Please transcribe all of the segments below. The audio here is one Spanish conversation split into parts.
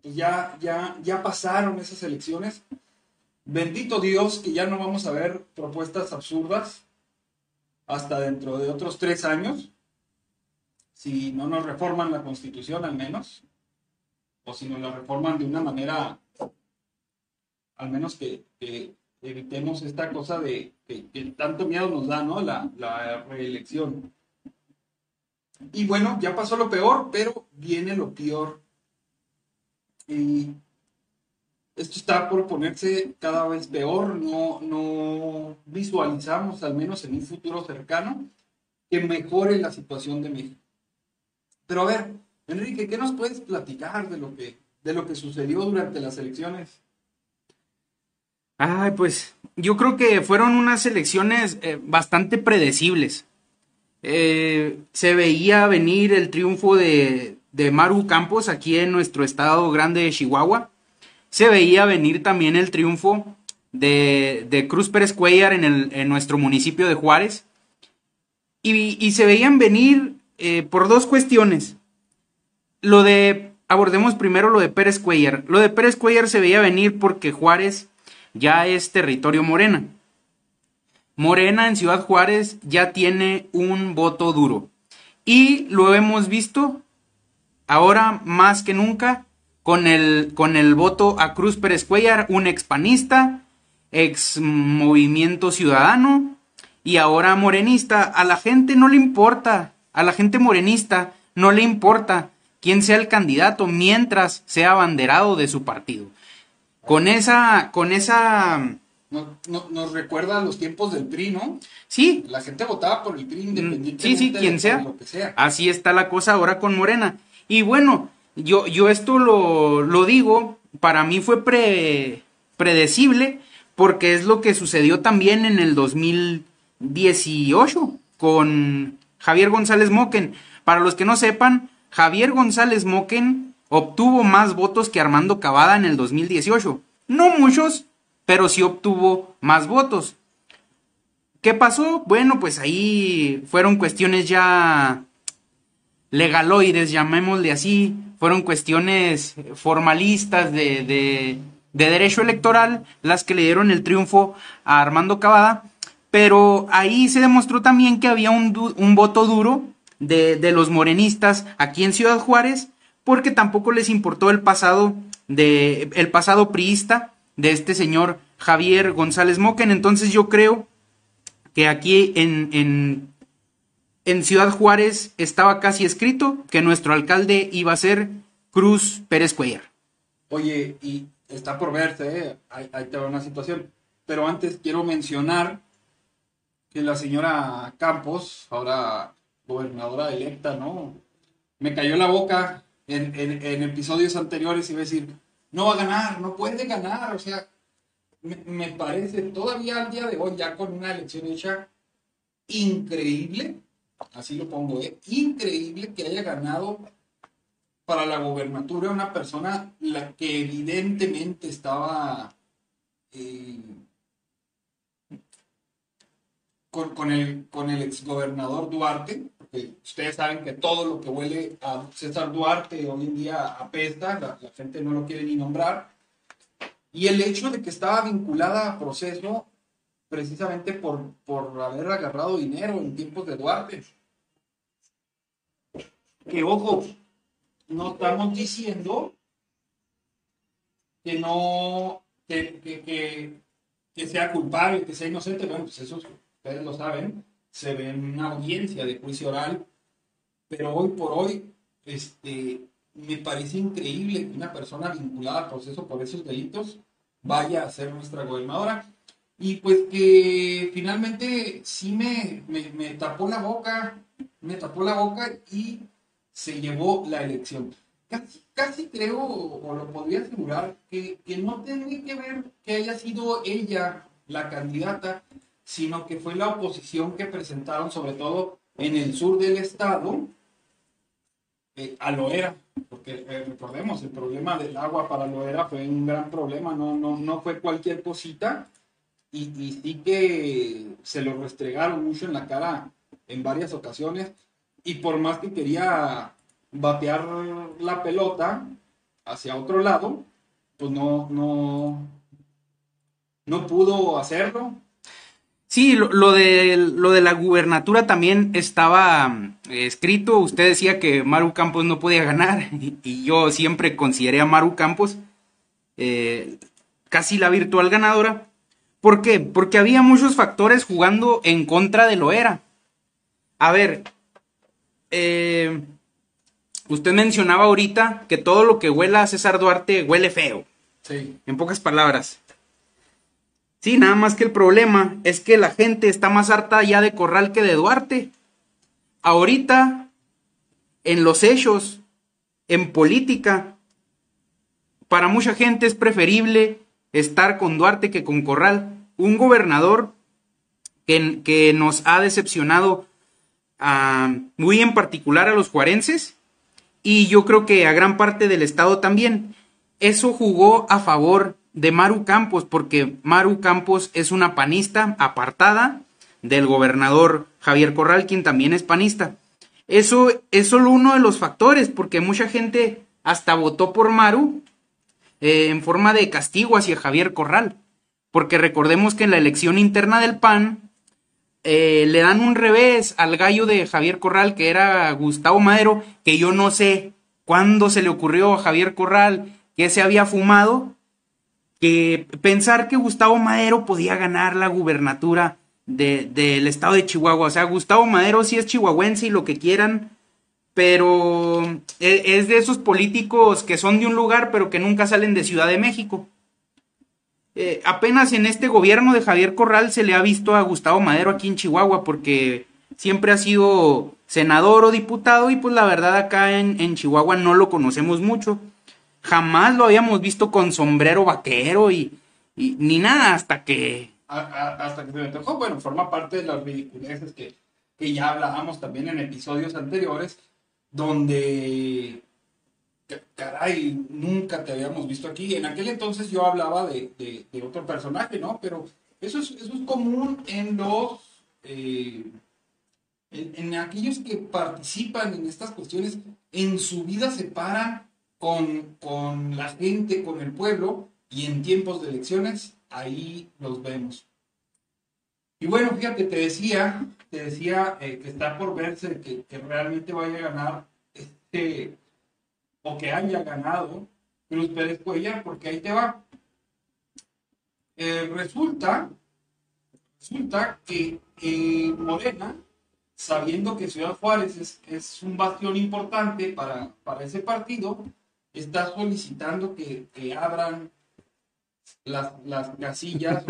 pues ya pasaron esas elecciones. Bendito Dios que ya no vamos a ver propuestas absurdas hasta dentro de otros 3 años, si no nos reforman la Constitución al menos, o si nos la reforman de una manera, al menos que evitemos esta cosa de que tanto miedo nos da, ¿no? La reelección. Y bueno, ya pasó lo peor, pero viene lo peor. Y esto está por ponerse cada vez peor. No visualizamos, al menos en un futuro cercano, que mejore la situación de México. Pero a ver, Enrique, ¿qué nos puedes platicar de lo que sucedió durante las elecciones? Ay, pues yo creo que fueron unas elecciones bastante predecibles. Se veía venir el triunfo de Maru Campos aquí en nuestro estado grande de Chihuahua. Se veía venir también el triunfo de Cruz Pérez Cuellar en nuestro municipio de Juárez. Y se veían venir por dos cuestiones. Abordemos primero lo de Pérez Cuellar. Lo de Pérez Cuellar se veía venir porque Juárez ya es territorio Morena. Morena en Ciudad Juárez ya tiene un voto duro. Y lo hemos visto ahora más que nunca con el voto a Cruz Pérez Cuellar, un expanista, ex Movimiento Ciudadano y ahora morenista. A la gente no le importa, a la gente morenista no le importa quién sea el candidato mientras sea abanderado de su partido. Con esa Nos recuerda a los tiempos del PRI, ¿no? Sí. La gente votaba por el PRI independientemente sí, quien sea. de lo que sea. Así está la cosa ahora con Morena. Y bueno, yo esto lo digo, para mí fue predecible, porque es lo que sucedió también en el 2018 con Javier González Moquen. Para los que no sepan, Javier González Moquen obtuvo más votos que Armando Cavada en el 2018. No muchos, pero sí obtuvo más votos. ¿Qué pasó? Bueno, pues ahí fueron cuestiones ya legaloides, llamémosle así, fueron cuestiones formalistas de derecho electoral las que le dieron el triunfo a Armando Cavada, pero ahí se demostró también que había un voto duro de los morenistas aquí en Ciudad Juárez, porque tampoco les importó el pasado priista de este señor Javier González Moquen. Entonces yo creo que aquí en Ciudad Juárez estaba casi escrito que nuestro alcalde iba a ser Cruz Pérez Cuellar. Oye, y está por verse, ahí te va una situación. Pero antes quiero mencionar que la señora Campos, ahora gobernadora electa, ¿no? Me cayó la boca en episodios anteriores y iba a decir, no va a ganar, no puede ganar, o sea, me parece todavía al día de hoy, ya con una elección hecha, increíble, así lo pongo, increíble que haya ganado para la gobernatura una persona la que evidentemente estaba con el exgobernador Duarte, porque ustedes saben que todo lo que huele a César Duarte hoy en día apesta, la gente no lo quiere ni nombrar, y el hecho de que estaba vinculada a proceso precisamente por haber agarrado dinero en tiempos de Duarte. Que ojo, no estamos diciendo que no, que sea culpable, que sea inocente. Bueno, pues eso ustedes lo saben, se ve en una audiencia de juicio oral, pero hoy por hoy, me parece increíble que una persona vinculada al proceso por esos delitos vaya a ser nuestra gobernadora. Y pues que finalmente sí me tapó la boca, y se llevó la elección. Casi creo, o lo podría asegurar, que no tiene que ver que haya sido ella la candidata, sino que fue la oposición que presentaron, sobre todo en el sur del estado, a Loera, porque recordemos, el problema del agua para Loera fue un gran problema, no fue cualquier cosita, y sí que se lo restregaron mucho en la cara en varias ocasiones, y por más que quería batear la pelota, hacia otro lado, pues no pudo hacerlo. Sí, lo de la gubernatura también estaba escrito. Usted decía que Maru Campos no podía ganar y yo siempre consideré a Maru Campos casi la virtual ganadora. ¿Por qué? Porque había muchos factores jugando en contra de Loera. A ver, usted mencionaba ahorita que todo lo que huela a César Duarte huele feo. Sí. En pocas palabras. Sí, nada más que el problema es que la gente está más harta ya de Corral que de Duarte. Ahorita, en los hechos, en política, para mucha gente es preferible estar con Duarte que con Corral. Un gobernador que nos ha decepcionado muy en particular a los juarenses y yo creo que a gran parte del estado también. Eso jugó a favor de Maru Campos, porque Maru Campos es una panista apartada del gobernador Javier Corral, quien también es panista. Eso es solo uno de los factores, porque mucha gente hasta votó por Maru en forma de castigo hacia Javier Corral, porque recordemos que en la elección interna del PAN le dan un revés al gallo de Javier Corral, que era Gustavo Madero, que yo no sé cuándo se le ocurrió a Javier Corral que se había fumado, que pensar que Gustavo Madero podía ganar la gubernatura del estado de Chihuahua. O sea, Gustavo Madero sí es chihuahuense y lo que quieran, pero es de esos políticos que son de un lugar pero que nunca salen de Ciudad de México. Apenas en este gobierno de Javier Corral se le ha visto a Gustavo Madero aquí en Chihuahua porque siempre ha sido senador o diputado y pues la verdad acá en Chihuahua no lo conocemos mucho. Jamás lo habíamos visto con sombrero vaquero y ni nada hasta que... Hasta que se me tocó, bueno, forma parte de las ridiculeces que ya hablábamos también en episodios anteriores, donde, caray, nunca te habíamos visto aquí. En aquel entonces yo hablaba de otro personaje, ¿no? Pero eso es común en los... en aquellos que participan en estas cuestiones, en su vida se paran con la gente, con el pueblo, y en tiempos de elecciones, ahí los vemos. Y bueno, fíjate, te decía que está por verse que realmente vaya a ganar, o que haya ganado Cruz Pérez Cuellar, porque ahí te va. Resulta que Morena, sabiendo que Ciudad Juárez es un bastión importante para ese partido, está solicitando que abran las casillas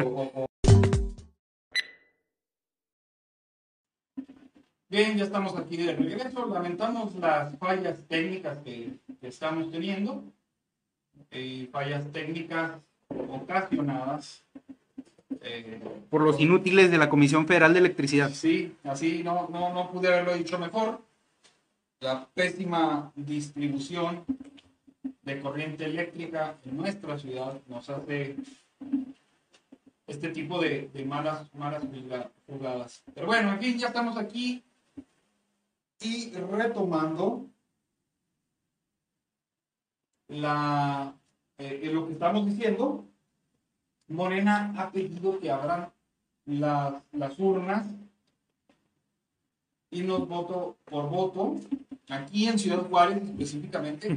Bien, ya estamos aquí de regreso. Lamentamos las fallas técnicas que estamos teniendo. Fallas técnicas ocasionadas por los inútiles de la Comisión Federal de Electricidad. Sí, así no pude haberlo dicho mejor. La pésima distribución de corriente eléctrica en nuestra ciudad nos hace este tipo de malas jugadas. Pero bueno, en fin, ya estamos aquí y retomando lo que estamos diciendo. Morena ha pedido que abran las urnas y nos voto por voto, aquí en Ciudad Juárez específicamente.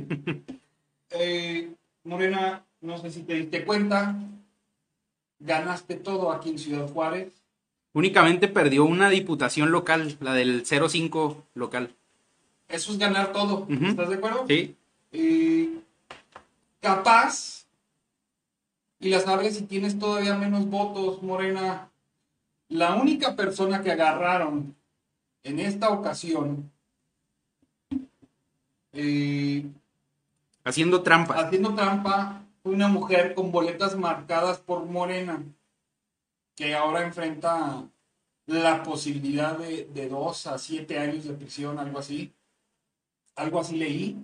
Morena, no sé si te diste cuenta, ganaste todo aquí en Ciudad Juárez. Únicamente perdió una diputación local, la del 05 local. Eso es ganar todo, ¿estás de acuerdo? Sí. Capaz, y la sabes si tienes todavía menos votos, Morena, la única persona que agarraron en esta ocasión haciendo trampa fue una mujer con boletas marcadas por Morena, que ahora enfrenta la posibilidad de 2 a 7 años de prisión, algo así leí.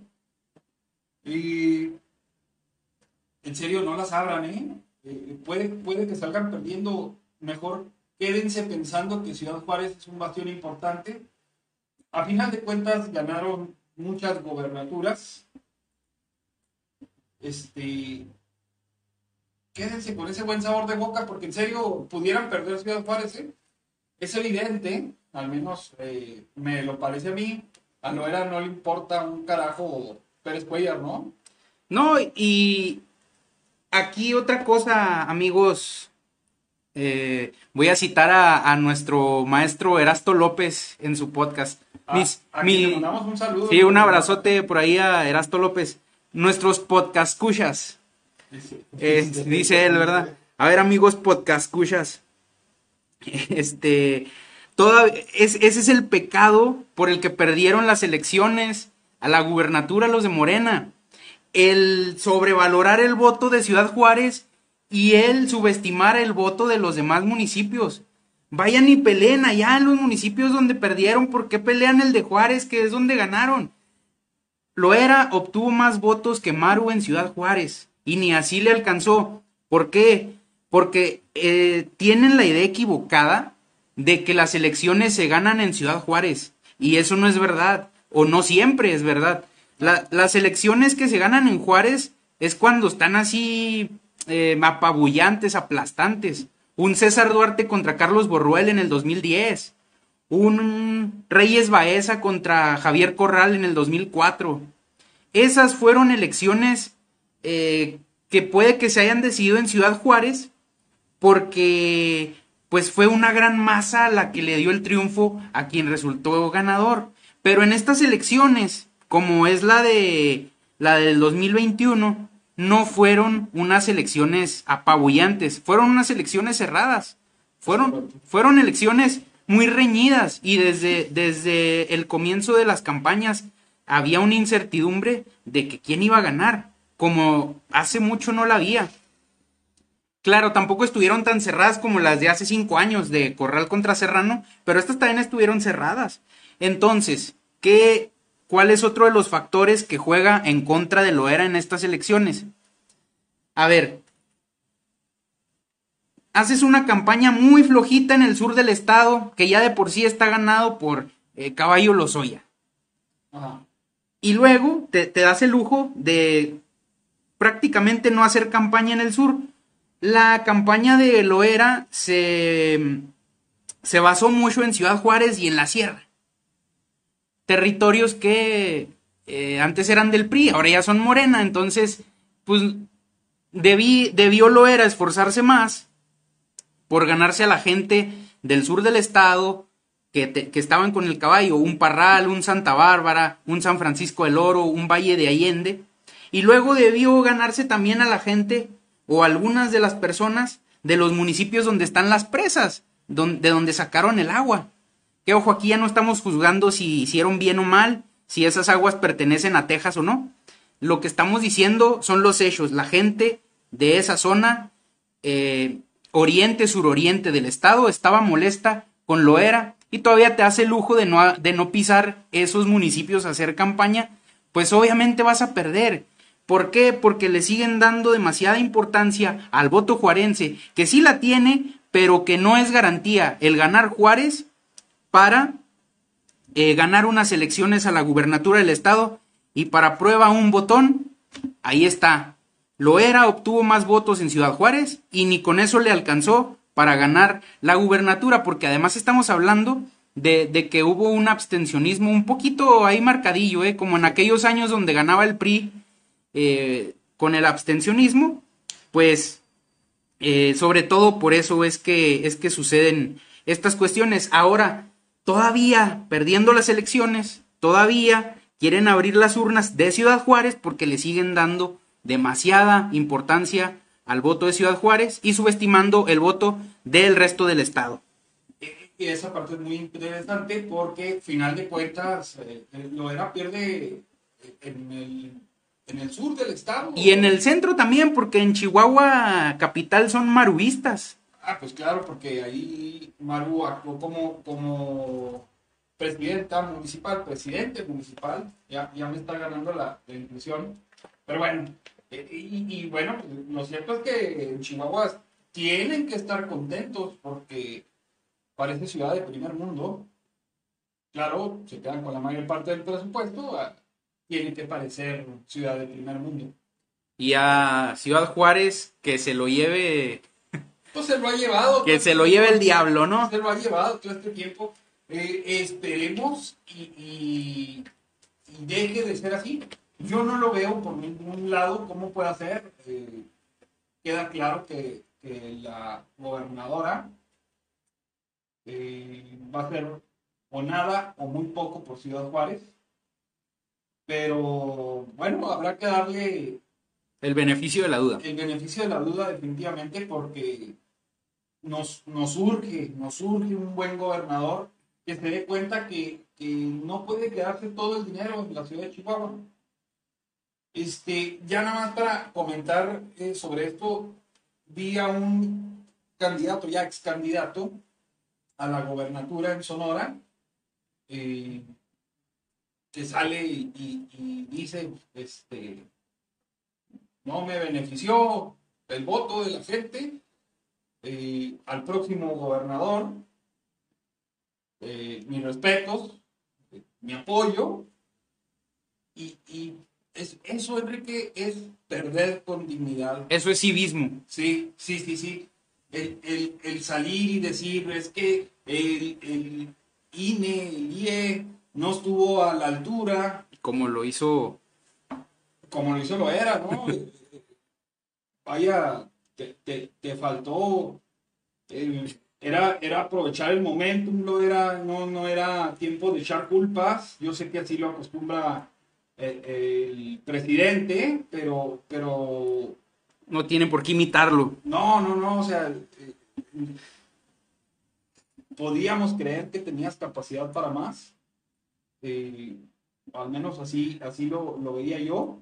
Y en serio, no las abran, puede que salgan perdiendo. Mejor quédense pensando que Ciudad Juárez es un bastión importante. A final de cuentas ganaron muchas gobernaturas, este, quédense con ese buen sabor de boca, porque en serio pudieran perder Ciudad Juárez, ¿eh? Es evidente, al menos me lo parece a mí, a Loera no le importa un carajo Pérez Cuellar, ¿no? No, y aquí otra cosa, amigos. Voy a citar a nuestro maestro Erasto López en su podcast. Aquí le mandamos un saludo. Sí, un abrazote por ahí a Erasto López. Nuestros podcast cuchas. Dice él, ¿verdad? A ver, amigos podcast cuchas. Ese es el pecado por el que perdieron las elecciones a la gubernatura los de Morena. El sobrevalorar el voto de Ciudad Juárez y el subestimar el voto de los demás municipios. Vayan y peleen allá en los municipios donde perdieron. ¿Por qué pelean el de Juárez, que es donde ganaron? Loera obtuvo más votos que Maru en Ciudad Juárez y ni así le alcanzó. ¿Por qué? Porque tienen la idea equivocada de que las elecciones se ganan en Ciudad Juárez, y eso no es verdad, o no siempre es verdad. Las elecciones que se ganan en Juárez es cuando están así apabullantes, aplastantes. Un César Duarte contra Carlos Borruel en el 2010. Un Reyes Baeza contra Javier Corral en el 2004. Esas fueron elecciones que puede que se hayan decidido en Ciudad Juárez porque pues fue una gran masa la que le dio el triunfo a quien resultó ganador. Pero en estas elecciones, como es la del 2021, no fueron unas elecciones apabullantes, fueron unas elecciones cerradas, fueron elecciones muy reñidas, y desde el comienzo de las campañas había una incertidumbre de que quién iba a ganar, como hace mucho no la había. Claro, tampoco estuvieron tan cerradas como las de hace 5 años de Corral contra Serrano, pero estas también estuvieron cerradas. Entonces, ¿cuál es otro de los factores que juega en contra de Loera en estas elecciones? A ver, haces una campaña muy flojita en el sur del estado, que ya de por sí está ganado por Caballo Lozoya. Ajá. Y luego te das el lujo de prácticamente no hacer campaña en el sur. La campaña de Loera se basó mucho en Ciudad Juárez y en la Sierra. Territorios que antes eran del PRI, ahora ya son Morena. Entonces, pues debió Loera esforzarse más por ganarse a la gente del sur del estado que estaban con el caballo, un Parral, un Santa Bárbara, un San Francisco del Oro, un Valle de Allende, y luego debió ganarse también a la gente o algunas de las personas de los municipios donde están las presas, de donde sacaron el agua. Que ojo, aquí ya no estamos juzgando si hicieron bien o mal, si esas aguas pertenecen a Texas o no. Lo que estamos diciendo son los hechos. La gente de esa zona, oriente, suroriente del estado, estaba molesta con Loera, y todavía te hace el lujo de no pisar esos municipios a hacer campaña. Pues obviamente vas a perder. ¿Por qué? Porque le siguen dando demasiada importancia al voto juarense, que sí la tiene, pero que no es garantía el ganar Juárez para ganar unas elecciones a la gubernatura del estado. Y para prueba un botón, ahí está. Loera obtuvo más votos en Ciudad Juárez y ni con eso le alcanzó para ganar la gubernatura, porque además estamos hablando de que hubo un abstencionismo un poquito ahí marcadillo, como en aquellos años donde ganaba el PRI. Con el abstencionismo, pues sobre todo por eso es que suceden estas cuestiones. Ahora, todavía perdiendo las elecciones, todavía quieren abrir las urnas de Ciudad Juárez porque le siguen dando demasiada importancia al voto de Ciudad Juárez y subestimando el voto del resto del estado. Y esa parte es muy interesante porque, final de cuentas, Loera pierde en el sur del estado. Y en el centro también, porque en Chihuahua capital son maruistas. Ah, pues claro, porque ahí Maru actuó como presidente municipal, ya me está ganando la inclusión. Pero bueno, y bueno, lo cierto es que en Chihuahua tienen que estar contentos porque parece ciudad de primer mundo. Claro, se quedan con la mayor parte del presupuesto, tiene que parecer ciudad de primer mundo. Y a Ciudad Juárez, que se lo lleve, Pues se lo ha llevado. que se lo lleve el diablo, ¿no? Se lo ha llevado todo este tiempo. Esperemos y deje de ser así. Yo no lo veo por ningún lado cómo puede ser. Queda claro que la gobernadora va a ser o nada o muy poco por Ciudad Juárez. Pero bueno, habrá que darle El beneficio de la duda. el beneficio de la duda definitivamente porque nos urge un buen gobernador que se dé cuenta que no puede quedarse todo el dinero en la ciudad de Chihuahua. Ya nada más para comentar sobre esto, vi a un candidato, ya ex candidato, a la gobernatura en Sonora, eh, que sale y dice, no me benefició el voto de la gente, al próximo gobernador, mis respetos, mi apoyo, y eso, Enrique, es perder con dignidad. Eso es civismo. Sí, sí, sí, sí. El salir y decir, es que el INE, el IE, no estuvo a la altura, Como lo hizo. como lo hizo lo era, ¿no? Vaya, te faltó, era aprovechar el momentum, no era tiempo de echar culpas. Yo sé que así lo acostumbra el presidente, pero No tiene por qué imitarlo. no, o sea, podíamos creer que tenías capacidad para más, eh, al menos así lo veía yo,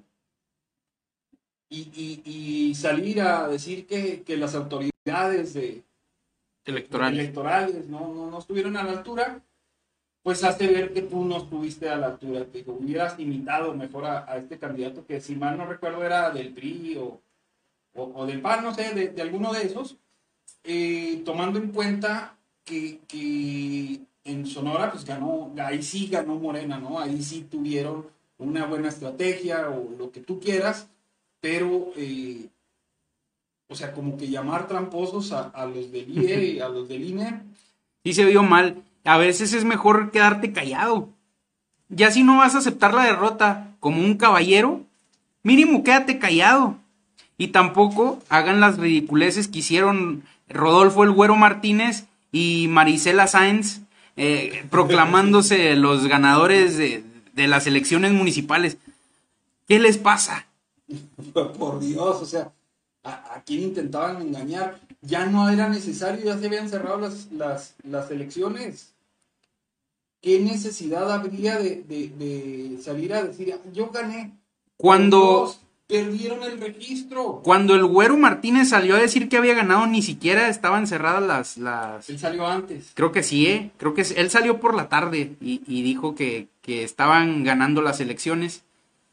y salir a decir que las autoridades Electoral. electorales no estuvieron a la altura, pues hace ver que tú no estuviste a la altura, que hubieras imitado mejor a este candidato que, si mal no recuerdo, era del PRI o del PAN, no sé, de alguno de esos, tomando en cuenta que en Sonora pues ganó, ahí sí ganó Morena, ¿no? Ahí sí tuvieron una buena estrategia o lo que tú quieras, pero o sea, como que llamar tramposos a los del IE y a los del INE. Sí se vio mal. A veces es mejor quedarte callado. Ya si no vas a aceptar la derrota como un caballero, mínimo quédate callado. Y tampoco hagan las ridiculeces que hicieron Rodolfo el Güero Martínez y Marisela Sáenz, proclamándose los ganadores de las elecciones municipales. ¿Qué les pasa? Por Dios, o sea, a quién intentaban engañar. Ya no era necesario, ya se habían cerrado las elecciones. ¿Qué necesidad habría de salir a decir, yo gané? Cuando, Dios, perdieron el registro. cuando el Güero Martínez salió a decir que había ganado, ni siquiera estaban cerradas las... Él salió antes. Creo que sí, ¿eh? Creo que él salió por la tarde y dijo que estaban ganando las elecciones,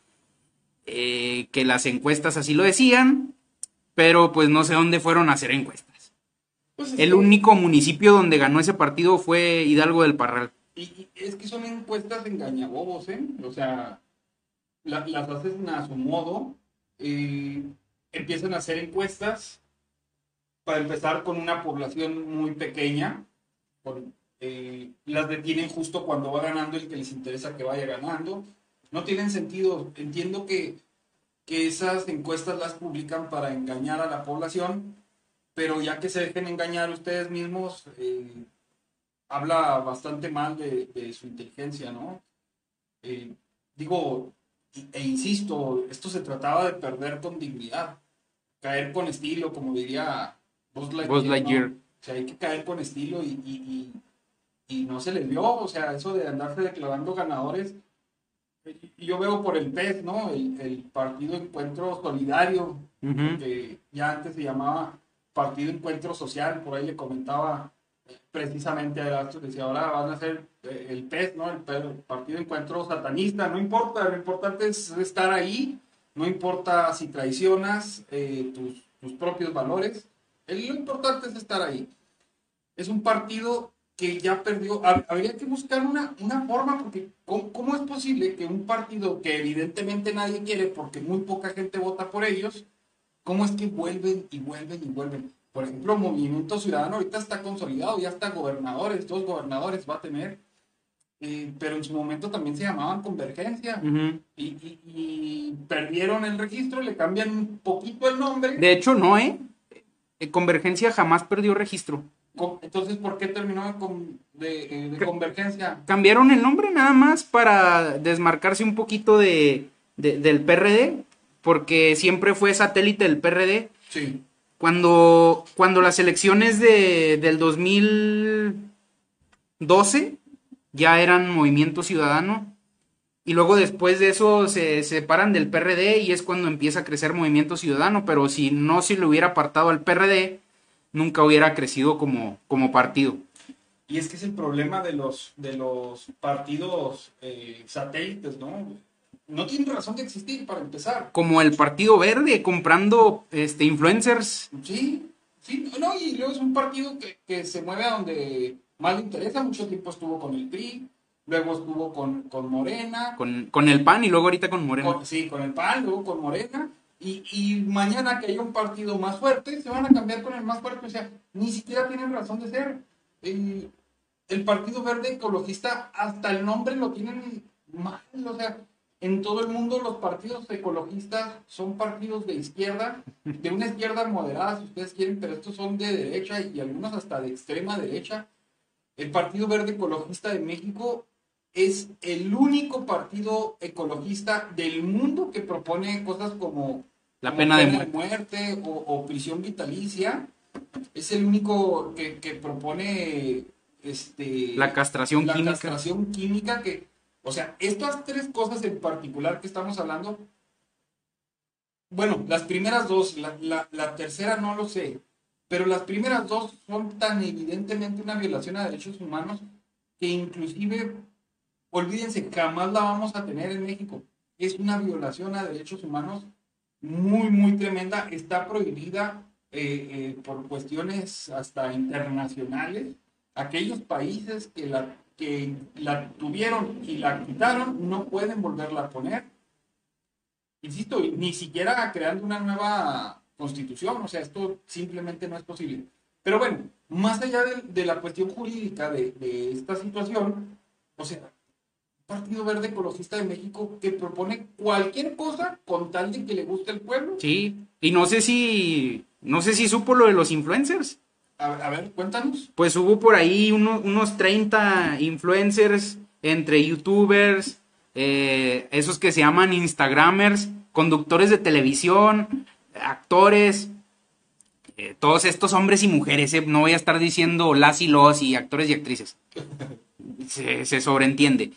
que las encuestas así lo decían, pero pues no sé dónde fueron a hacer encuestas. Pues El único municipio donde ganó ese partido fue Hidalgo del Parral. y es que son encuestas engañabobos, ¿eh? O sea, las hacen a su modo. Empiezan a hacer encuestas para empezar con una población muy pequeña. Las detienen justo cuando va ganando el que les interesa que vaya ganando. No tienen sentido. Entiendo que esas encuestas las publican para engañar a la población, pero ya que se dejen engañar ustedes mismos, habla bastante mal de su inteligencia, ¿no? Digo, insisto, esto se trataba de perder con dignidad, caer con estilo, como diría Buzz Buzz Lightyear, ¿no? Lightyear. O sea, hay que caer con estilo y no se les dio, o sea, eso de andarse declarando ganadores. Yo veo por el PES, ¿no? El Partido Encuentro Solidario, que ya antes se llamaba Partido Encuentro Social, por ahí le comentaba precisamente a Erastus, decía, ahora van a hacer el PES, ¿no? El Partido Encuentro Satanista, no importa, lo importante es estar ahí, no importa si traicionas tus propios valores, lo importante es estar ahí. Es un partido que ya perdió. Habría que buscar una forma, porque ¿cómo es posible que un partido que evidentemente nadie quiere porque muy poca gente vota por ellos, cómo es que vuelven y vuelven y vuelven? Por ejemplo, Movimiento Ciudadano ahorita está consolidado, ya está gobernadores, 2 gobernadores va a tener, pero en su momento también se llamaban Convergencia, Ujú. y perdieron el registro, le cambian un poquito el nombre. De hecho, no, Convergencia jamás perdió registro. Entonces, ¿por qué terminó de Convergencia? Cambiaron el nombre nada más para desmarcarse un poquito del PRD, porque siempre fue satélite del PRD. Sí. Cuando las elecciones del 2012 ya eran Movimiento Ciudadano, y luego después de eso se separan del PRD y es cuando empieza a crecer Movimiento Ciudadano, pero si no se le hubiera apartado al PRD, nunca hubiera crecido como partido. Y es que es el problema de los partidos satélites, ¿no? No tienen razón de existir, para empezar. Como el Partido Verde comprando influencers. Sí, sí, no, y luego es un partido que se mueve a donde más le interesa. Mucho tiempo estuvo con el PRI, luego estuvo con Morena. Con el PAN y luego ahorita con Morena. Sí, con el PAN, luego con Morena. Y mañana que haya un partido más fuerte, se van a cambiar con el más fuerte. O sea, ni siquiera tienen razón de ser. El Partido Verde Ecologista, hasta el nombre lo tienen mal. O sea, en todo el mundo los partidos ecologistas son partidos de izquierda, de una izquierda moderada, si ustedes quieren, pero estos son de derecha y algunos hasta de extrema derecha. El Partido Verde Ecologista de México es el único partido ecologista del mundo que propone cosas como la pena de muerte o prisión vitalicia. Es el único que propone la castración química. Castración química, que, o sea, estas 3 cosas en particular que estamos hablando, bueno, las primeras 2, la tercera no lo sé, pero las primeras 2 son tan evidentemente una violación a derechos humanos que inclusive, olvídense, jamás la vamos a tener en México. Es una violación a derechos humanos muy, muy tremenda. Está prohibida por cuestiones hasta internacionales. Aquellos países que la tuvieron y la quitaron no pueden volverla a poner. Insisto, ni siquiera creando una nueva constitución. O sea, esto simplemente no es posible. Pero bueno, más allá de la cuestión jurídica de esta situación, o sea, Partido Verde Ecologista de México que propone cualquier cosa con tal de que le guste al pueblo. Sí, y no sé si supo lo de los influencers. A ver, cuéntanos. Pues hubo por ahí unos 30 influencers entre youtubers, esos que se llaman instagramers, conductores de televisión, actores, todos estos hombres y mujeres, no voy a estar diciendo las y los y actores y actrices. Se sobreentiende.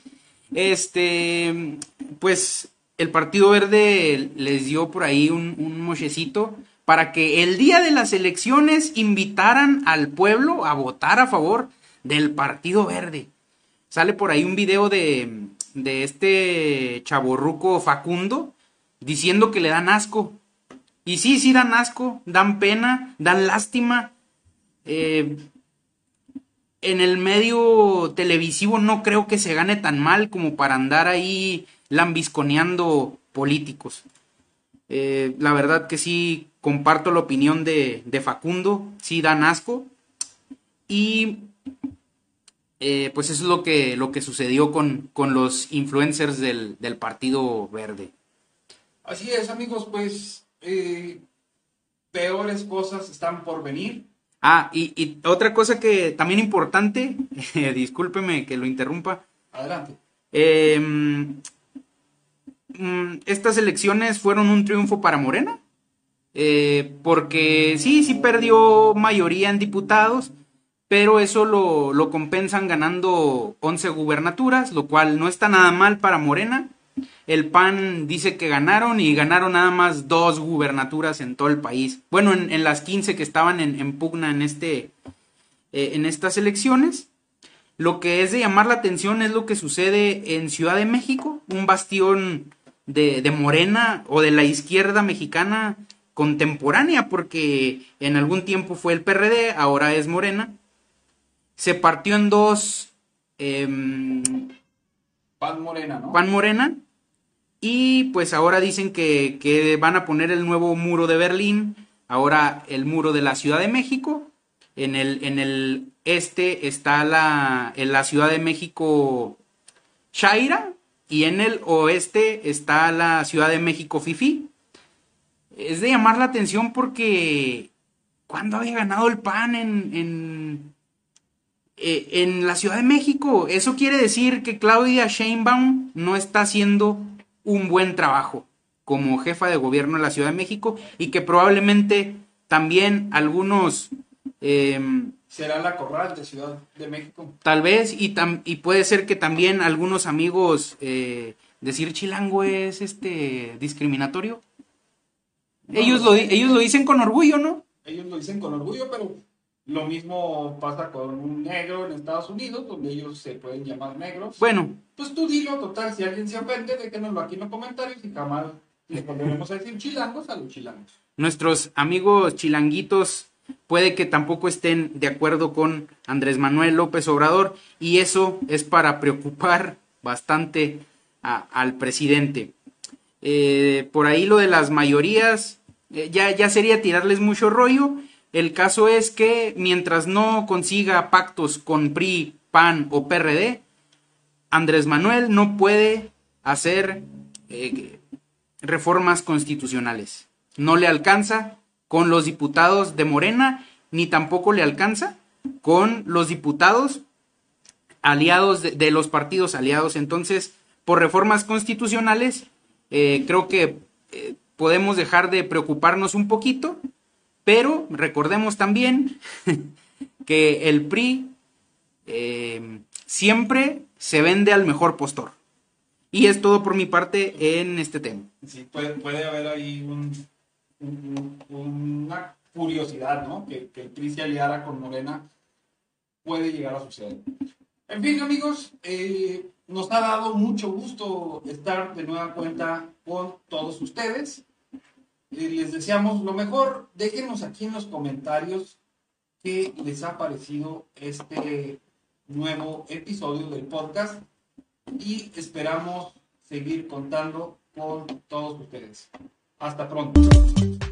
Pues el Partido Verde les dio por ahí un mochecito para que el día de las elecciones invitaran al pueblo a votar a favor del Partido Verde. Sale por ahí un video de este chavorruco Facundo diciendo que le dan asco. Y sí dan asco, dan pena, dan lástima. En el medio televisivo no creo que se gane tan mal como para andar ahí lambisconeando políticos. La verdad que sí comparto la opinión de Facundo, sí dan asco. Y pues eso es lo que sucedió con los influencers del Partido Verde. Así es, amigos, pues peores cosas están por venir. Y otra cosa que también importante, discúlpeme que lo interrumpa. Adelante. Estas elecciones fueron un triunfo para Morena, porque sí perdió mayoría en diputados, pero eso lo compensan ganando 11 gubernaturas, lo cual no está nada mal para Morena. El PAN dice que ganaron y ganaron nada más 2 gubernaturas en todo el país. Bueno, en las 15 que estaban en pugna en estas elecciones. Lo que es de llamar la atención es lo que sucede en Ciudad de México, un bastión de Morena o de la izquierda mexicana contemporánea, porque en algún tiempo fue el PRD, ahora es Morena. se partió en dos PAN Morena, ¿no? PAN Morena. Y pues ahora dicen que van a poner el nuevo muro de Berlín, ahora el muro de la Ciudad de México. En el este está en la Ciudad de México Chaira, y en el oeste está la Ciudad de México Fifí. Es de llamar la atención porque ¿cuándo había ganado el PAN en la Ciudad de México? Eso quiere decir que Claudia Sheinbaum no está haciendo un buen trabajo como jefa de gobierno de la Ciudad de México, y que probablemente también algunos... será la Corral de Ciudad de México. Tal vez, y puede ser que también algunos amigos, decir chilango es discriminatorio. No, ellos lo dicen con orgullo, ¿no? Ellos lo dicen con orgullo, pero lo mismo pasa con un negro en Estados Unidos, donde ellos se pueden llamar negros. Bueno, Pues tú dilo, total, si alguien se ofende, déjenoslo aquí en los comentarios y jamás le volveremos a decir chilangos a los chilangos. nuestros amigos chilanguitos puede que tampoco estén de acuerdo con Andrés Manuel López Obrador, y eso es para preocupar bastante al presidente. Por ahí lo de las mayorías, ya sería tirarles mucho rollo. El caso es que mientras no consiga pactos con PRI, PAN o PRD, Andrés Manuel no puede hacer reformas constitucionales. No le alcanza con los diputados de Morena, ni tampoco le alcanza con los diputados aliados de los partidos aliados. Entonces, por reformas constitucionales, creo que podemos dejar de preocuparnos un poquito, pero recordemos también que el PRI siempre se vende al mejor postor. Y es todo por mi parte en este tema. Sí, puede haber ahí una curiosidad, ¿no? Que el PRI se aliara con Morena puede llegar a suceder. En fin, amigos, nos ha dado mucho gusto estar de nueva cuenta con todos ustedes. Les deseamos lo mejor. Déjenos aquí en los comentarios qué les ha parecido este nuevo episodio del podcast y esperamos seguir contando con todos ustedes. Hasta pronto.